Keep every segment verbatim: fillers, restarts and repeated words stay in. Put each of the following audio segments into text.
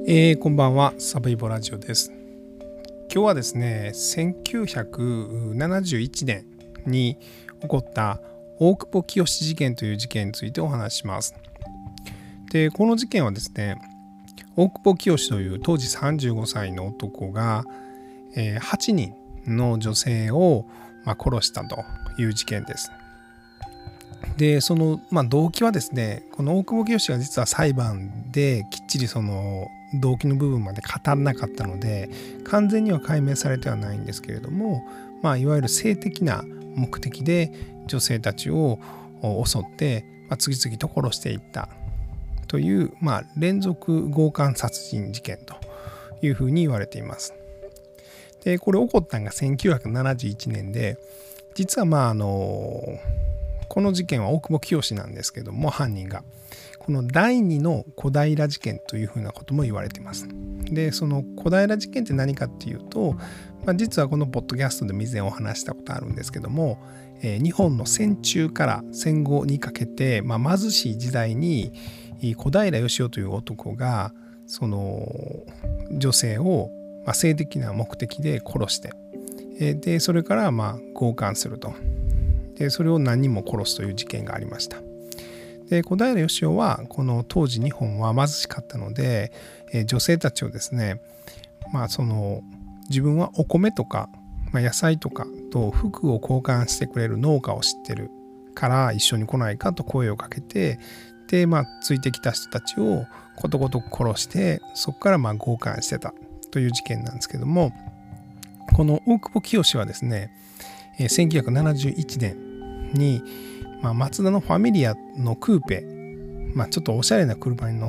えー、こんばんは、サブイボラジオです。今日はですね、せんきゅうひゃくななじゅういちねんに起こった大久保清事件という事件についてお話しします。で、この事件はですね、大久保清という当時さんじゅうごさいの男が、えー、はちにんの女性を、まあ、殺したという事件です。で、その、まあ、動機はですね、この大久保清が実は裁判できっちりその動機の部分まで語らなかったので、完全には解明されてはないんですけれども、まあ、いわゆる性的な目的で女性たちを襲って、まあ、次々と殺していったという、まあ、連続強姦殺人事件というふうに言われています。で、これ起こったのがせんきゅうひゃくななじゅういちねんで、実はまああのこの事件は大久保清なんですけども、犯人がこのだいにの小平事件というふうなことも言われています。で、その小平事件って何かっていうと、まあ、実はこのポッドキャストでも以前お話したことあるんですけども、えー、日本の戦中から戦後にかけて、まあ、貧しい時代に小平義雄という男がその女性を性的な目的で殺して、でそれからまあ強姦すると。でそれを何人も殺すという事件がありました。で、小平義雄はこの当時日本は貧しかったので、え女性たちをですね、まあその自分はお米とか、まあ、野菜とかと服を交換してくれる農家を知ってるから一緒に来ないかと声をかけて、でまあついてきた人たちをことごとく殺して、そこからまあ強姦してたという事件なんですけども、この大久保清はですね、せんきゅうひゃくななじゅういちねんに、まあ、マツダのファミリアのクーペ、まあ、ちょっとおしゃれな車に乗って、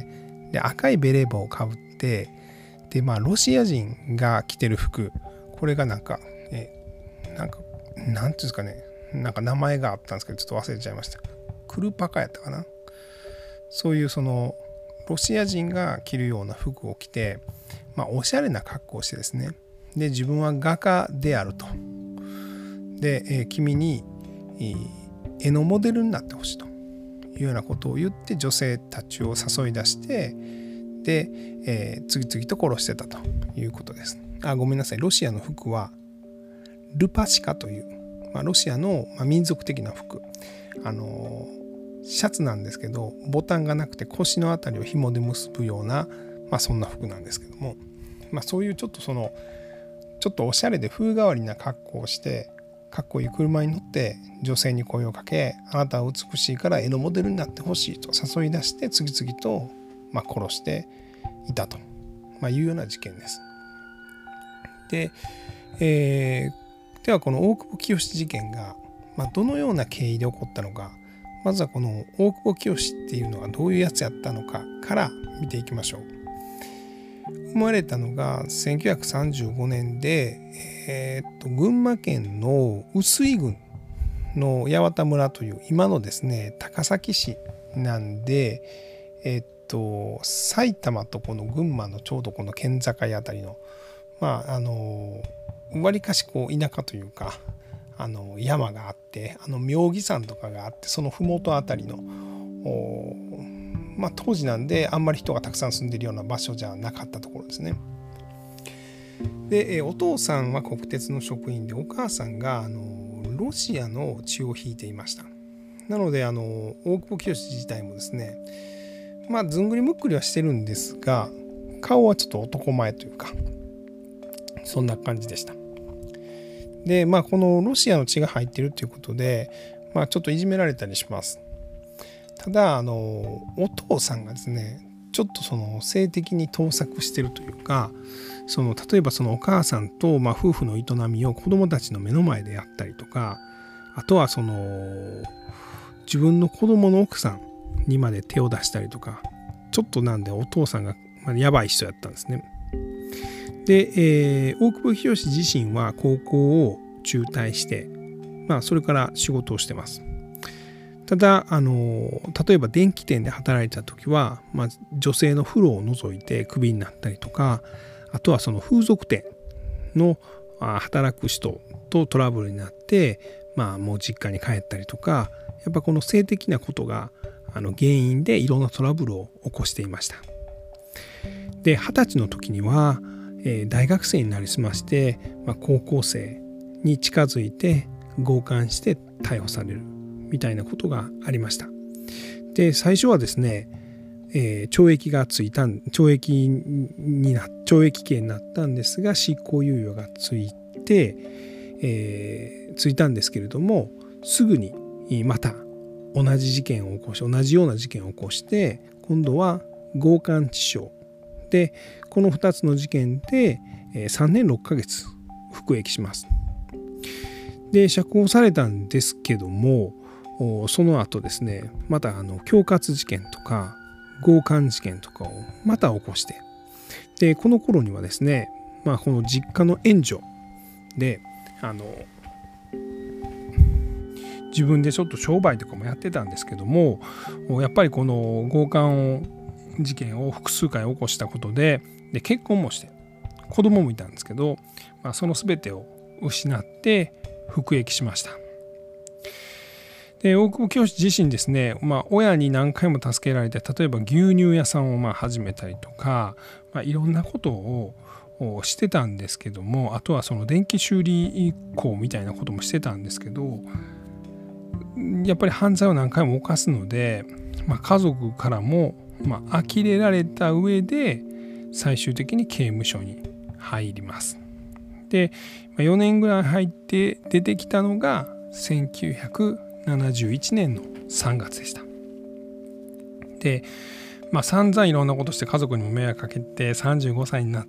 で赤いベレー帽をかぶって、で、まあ、ロシア人が着てる服、これがなんか、えなんか、なんていうんですかね、なんか名前があったんですけど、ちょっと忘れちゃいました。クルパカやったかな。そういうその、ロシア人が着るような服を着て、まあ、おしゃれな格好をしてですね、で、自分は画家であると。で、えー、君に絵のモデルになってほしいというようなことを言って女性たちを誘い出して、で、えー、次々と殺してたということです。あ、ごめんなさい。ロシアの服はルパシカという、まあ、ロシアの、まあ、民族的な服。あのー、シャツなんですけど、ボタンがなくて腰のあたりを紐で結ぶような、まあ、そんな服なんですけども、まあ、そういうちょっとそのちょっとおしゃれで風変わりな格好をして、かっこいい車に乗って女性に声をかけ、あなたは美しいから絵のモデルになってほしいと誘い出して、次々とまあ殺していたと、まあ、いうような事件です。で、えー、ではこの大久保清事件が、まあ、どのような経緯で起こったのか、まずはこの大久保清っていうのはどういうやつやったのかから見ていきましょう。生まれたのがせんきゅうひゃくさんじゅうごねんで、えー、っと群馬県の臼井郡の八幡村という今のですね高崎市なんで、えー、っと埼玉とこの群馬のちょうどこの県境あたりの、まああのわりかしこう田舎というか、あの山があって、あの妙義山とかがあって、その麓あたりのまあ、当時なんであんまり人がたくさん住んでいるような場所じゃなかったところですね。で、お父さんは国鉄の職員で、お母さんがあのロシアの血を引いていました。なのであの大久保清自体もですね、まあずんぐりむっくりはしてるんですが、顔はちょっと男前というか、そんな感じでした。で、まあこのロシアの血が入っているということで、まあちょっといじめられたりします。ただあのお父さんがですね、ちょっとその性的に盗作してるというか、その例えばそのお母さんとまあ夫婦の営みを子供たちの目の前でやったりとか、あとはその自分の子供の奥さんにまで手を出したりとか、ちょっとなんでお父さんがやばい人やったんですね。で、えー、大久保清自身は高校を中退して、まあそれから仕事をしてます。ただあの例えば電気店で働いてた時は、まあ、女性の風呂を除いてクビになったりとか、あとはその風俗店の働く人とトラブルになって、まあ、もう実家に帰ったりとか、やっぱこの性的なことがあの原因でいろんなトラブルを起こしていました。 ではたちの時には、えー、大学生になりすまして、まあ、高校生に近づいて強姦して逮捕されるみたいなことがありました。で最初はですね、えー、懲役がついた懲役にな懲役刑になったんですが、執行猶予がついて、えー、ついたんですけれども、すぐにまた同じ事件を起こし同じような事件を起こして今度は強姦致傷で、このふたつの事件でさんねんろっかげつ服役します。で釈放されたんですけども、その後ですね、またあの恐喝事件とか強姦事件とかをまた起こして、でこの頃にはですね、まあ、この実家の援助であの自分でちょっと商売とかもやってたんですけども、やっぱりこの強姦事件を複数回起こしたことで、で結婚もして子供もいたんですけど、まあ、その全てを失って服役しました。で大久保清自身ですね、まあ、親に何回も助けられて、例えば牛乳屋さんをまあ始めたりとか、まあ、いろんなことをしてたんですけども、あとはその電気修理工みたいなこともしてたんですけど、やっぱり犯罪を何回も犯すので、まあ、家族からもまあ呆れられた上で最終的に刑務所に入ります。でよねんぐらい入って出てきたのがせんきゅうひゃくななじゅういちねんのさんがつでした。で、まあ、散々いろんなことして家族にも迷惑かけてさんじゅうごさいになって、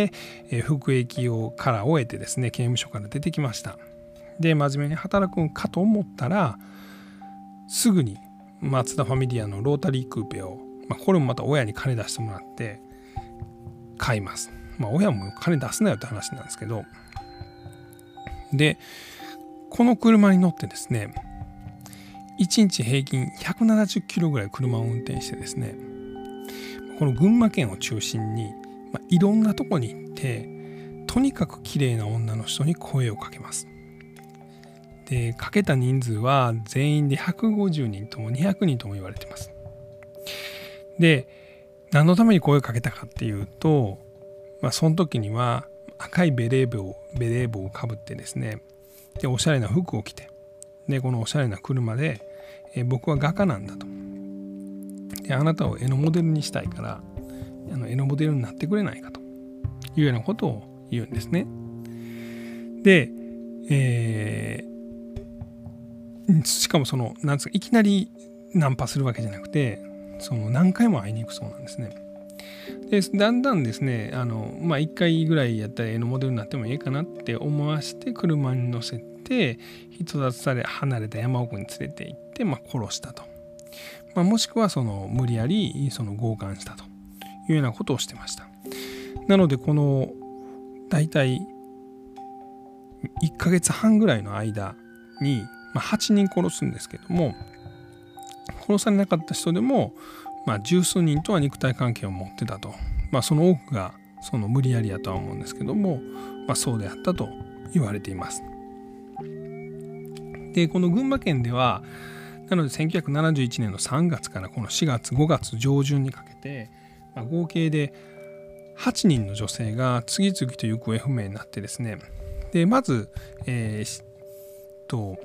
えー、服役をから終えてですね、刑務所から出てきました。で真面目に働くかと思ったら、すぐにマツダファミリアのロータリークーペを、まあ、これもまた親に金出してもらって買います。まあ親も金出すなよって話なんですけど、でこの車に乗ってですね、いちにち平均ひゃくななじゅっキロぐらい車を運転してですね、この群馬県を中心に、まあ、いろんなとこに行って、とにかく綺麗な女の人に声をかけます。でかけた人数は全員でひゃくごじゅうにんともにひゃくにんとも言われています。で何のために声をかけたかっていうと、まあ、その時には赤いベレー帽をベレー帽をかぶってですね、でおしゃれな服を着て、でこのおしゃれな車で、え僕は画家なんだと、であなたを絵のモデルにしたいからあの絵のモデルになってくれないかというようなことを言うんですね。で、えーしかもそのなんですか、いきなりナンパするわけじゃなくて、その何回も会いに行くそうなんですね。でだんだんですね、あのまあいっかいぐらいやったら絵のモデルになってもいいかなって思わして車に乗せて人里され離れた山奥に連れて行って、まあ、殺したと、まあ、もしくはその無理やりその強姦したというようなことをしてました。なのでこのだいたいいっかげつはんぐらいの間にまあ、はちにん殺すんですけども、殺されなかった人でも、まあ、十数人とは肉体関係を持ってたと、まあ、その多くがその無理やりやとは思うんですけども、まあ、そうであったと言われています。でこの群馬県ではなのでせんきゅうひゃくななじゅういちねんのさんがつからこのしがつごがつ上旬にかけて、まあ、合計ではちにんの女性が次々と行方不明になってですね、でまず、えー、と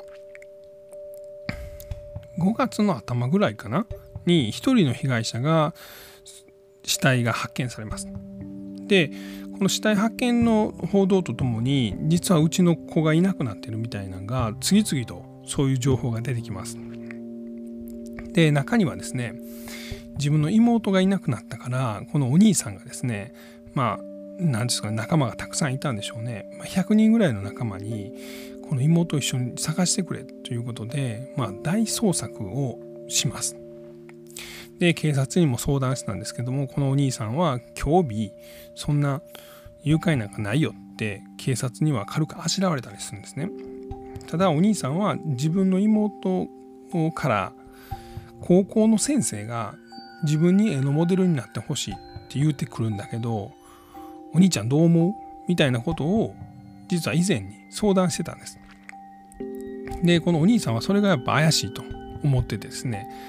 ごがつの頭ぐらいかなにひとりの被害者が死体が発見されます。でこの死体発見の報道とともに、実はうちの子がいなくなってるみたいなのが次々とそういう情報が出てきます。で中にはですね、自分の妹がいなくなったからこのお兄さんがですね、まあ何ですか、仲間がたくさんいたんでしょうね、ひゃくにんぐらいの仲間にこの妹を一緒に探してくれということで、まあ、大捜索をします。で警察にも相談したんですけども、このお兄さんは今日そんな誘拐なんかないよって警察には軽くあしらわれたりするんですね。ただお兄さんは自分の妹から高校の先生が自分に絵のモデルになってほしいって言ってくるんだけど、お兄ちゃんどう思うみたいなことを実は以前に相談してたんです。でこのお兄さんはそれがやっぱ怪しいと思っててですね、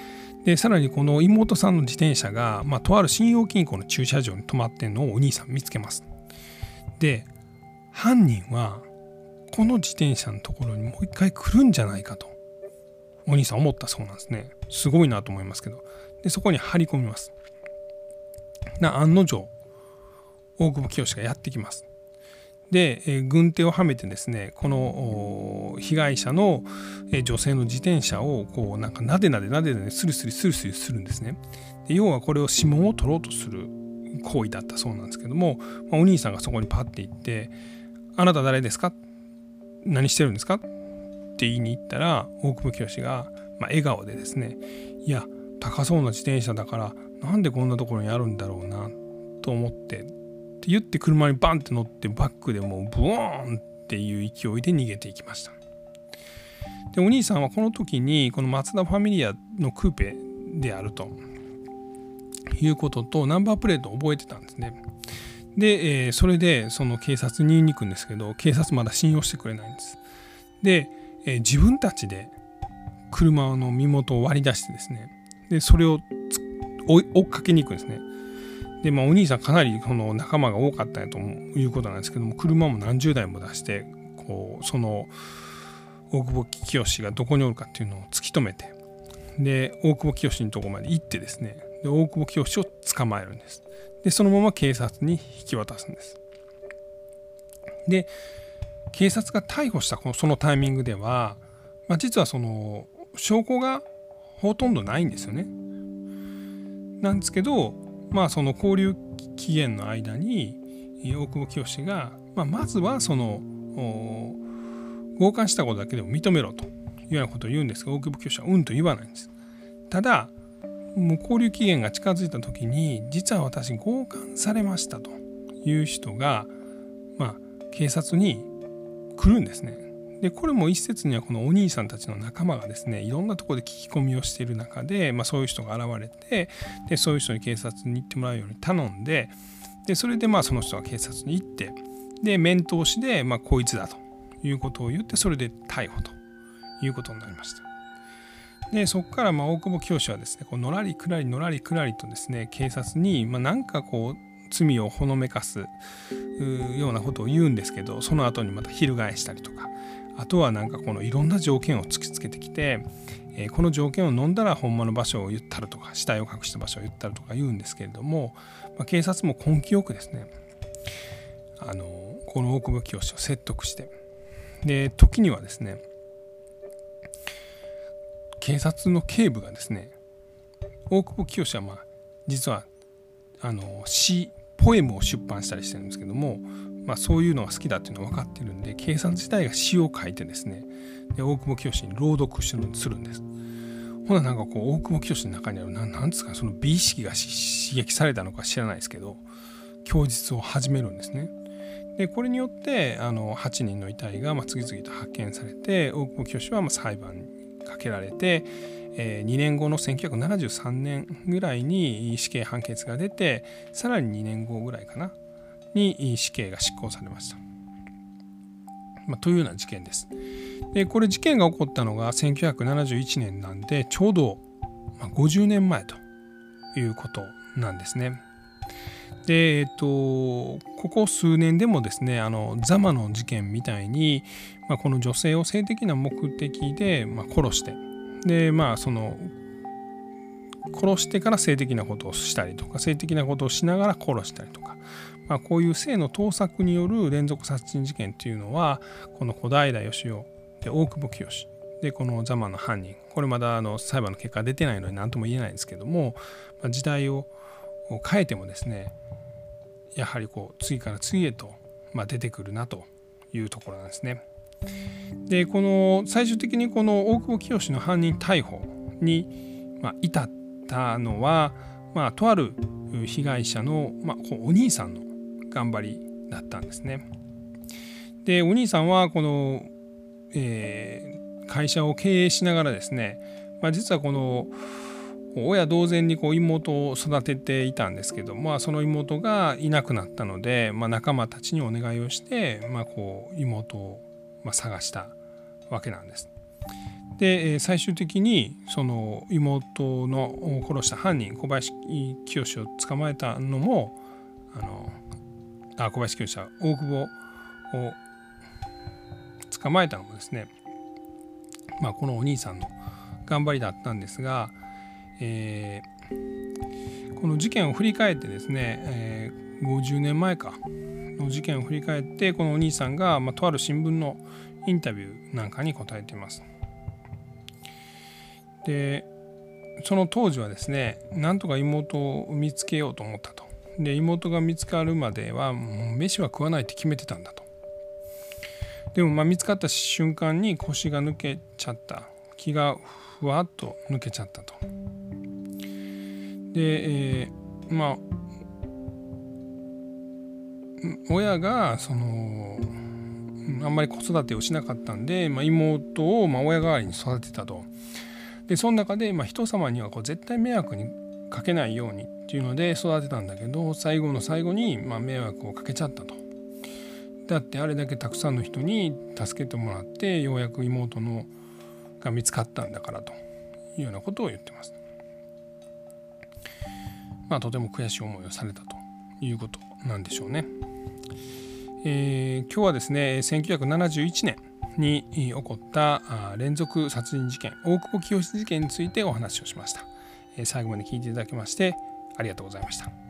でさらにこの妹さんの自転車が、まあ、とある信用金庫の駐車場に止まってんのをお兄さん見つけます。で犯人はこの自転車のところにもう一回来るんじゃないかとお兄さん思ったそうなんですね。すごいなと思いますけど、でそこに張り込みます。な案の定大久保清がやってきます。で、えー、軍手をはめてですね、この被害者の、えー、女性の自転車をこうなんかなでなでなでなでスルスルスルスルするんですね。で要はこれを指紋を取ろうとする行為だったそうなんですけども、まあ、お兄さんがそこにパッて行って「あなた誰ですか？何してるんですか？」って言いに行ったら大久保清が、まあ、笑顔でですね「いや高そうな自転車だからなんでこんなところにあるんだろうなと思って」って言って車にバンって乗ってバックでもうブワーンっていう勢いで逃げていきました。でお兄さんはこの時にこのマツダファミリアのクーペであるということとナンバープレートを覚えてたんですね。で、えー、それでその警察に言いに行くんですけど警察まだ信用してくれないんです。で、えー、自分たちで車の身元を割り出してですねでそれを追っかけに行くんですね。でまあお兄さんかなりこの仲間が多かったんやということなんですけども車も何十台も出してこうその大久保清がどこにおるかっていうのを突き止めてで大久保清のところまで行ってですねで大久保清を捕まえるんです。でそのまま警察に引き渡すんです。で警察が逮捕したこのそのタイミングでは、まあ、実はその証拠がほとんどないんですよね。なんですけど、まあ、その交留期限の間に大久保清が、まあ、まずはその強姦したことだけでも認めろというようなことを言うんですが大久保清はうんと言わないんです。ただもう交留期限が近づいた時に実は私強姦されましたという人が、まあ、警察に来るんですね。でこれも一説にはこのお兄さんたちの仲間がですねいろんなところで聞き込みをしている中で、まあ、そういう人が現れてでそういう人に警察に行ってもらうように頼んででそれでまあその人が警察に行ってで面通しで、まあ、こいつだということを言ってそれで逮捕ということになりました。でそこからまあ大久保清はですねこうのらりくらりのらりくらりとですね警察にまあなんかこう罪をほのめかすようなことを言うんですけどその後にまた翻したりとかあとはなんかこのいろんな条件を突きつけてきて、えー、この条件を飲んだらほんまの場所を言ったるとか死体を隠した場所を言ったるとか言うんですけれども、まあ、警察も根気よくですねあのこの大久保清を説得してで時にはですね警察の警部がですね大久保清はまあ実はあの詩ポエムを出版したりしてるんですけども、まあ、そういうのが好きだっていうのは分かってるんで警察自体が詩を書いてですねで大久保清に朗読するんです。ほななんかこう大久保清の中にあるななんですかその美意識が刺激されたのか知らないですけど供述を始めるんですね。でこれによってあのはちにんの遺体がまあ次々と発見されて大久保清はまあ裁判にかけられて、えー、にねんごのせんきゅうひゃくななじゅうさんねんぐらいに死刑判決が出てさらににねんごぐらいかなに死刑が執行されました。まあ、というような事件です。でこれ事件が起こったのがせんきゅうひゃくななじゅういちねんなんでちょうどごじゅうねんまえということなんですね。で、えっと、ここ数年でもですねあのザマの事件みたいに、まあ、この女性を性的な目的で、まあ、殺してでまあその殺してから性的なことをしたりとか性的なことをしながら殺したりとか、まあ、こういう性の盗作による連続殺人事件っていうのはこの小平義雄で大久保清でこのザマの犯人これまだあの裁判の結果出てないので何とも言えないんですけども、まあ、時代を変えてもですねやはりこう次から次へとまあ出てくるなというところなんですね。でこの最終的にこの大久保清の犯人逮捕にまあ至ったのは、まあ、とある被害者の、まあ、お兄さんの頑張りだったんですね。でお兄さんはこの、えー、会社を経営しながらですね、まあ、実はこの親同然にこう妹を育てていたんですけど、まあ、その妹がいなくなったので、まあ、仲間たちにお願いをして、まあ、こう妹をまあ探したわけなんです。 で最終的にその妹の殺した犯人小林清を捕まえたのもあのあ小林清は大久保を捕まえたのもですね、まあ、このお兄さんの頑張りだったんですが、えー、この事件を振り返ってですね、えー、ごじゅうねんまえかの事件を振り返ってこのお兄さんが、まあ、とある新聞のインタビューなんかに答えています。でその当時はですねなんとか妹を見つけようと思ったと。で妹が見つかるまではもう飯は食わないって決めてたんだと。でもまあ見つかった瞬間に腰が抜けちゃった、気がふわっと抜けちゃったと。で、えー、まあ親がそのあんまり子育てをしなかったんで、まあ、妹をまあ親代わりに育てたと。でその中でまあ人様にはこう絶対迷惑にかけないようにっていうので育てたんだけど、最後の最後にまあ迷惑をかけちゃったと。だってあれだけたくさんの人に助けてもらってようやく妹のが見つかったんだからというようなことを言ってます。まあとても悔しい思いをされたということなんでしょうね。えー、今日はですねせんきゅうひゃくななじゅういちねんに起こった連続殺人事件大久保清事件についてお話をしました。最後まで聞いていただきましてありがとうございました。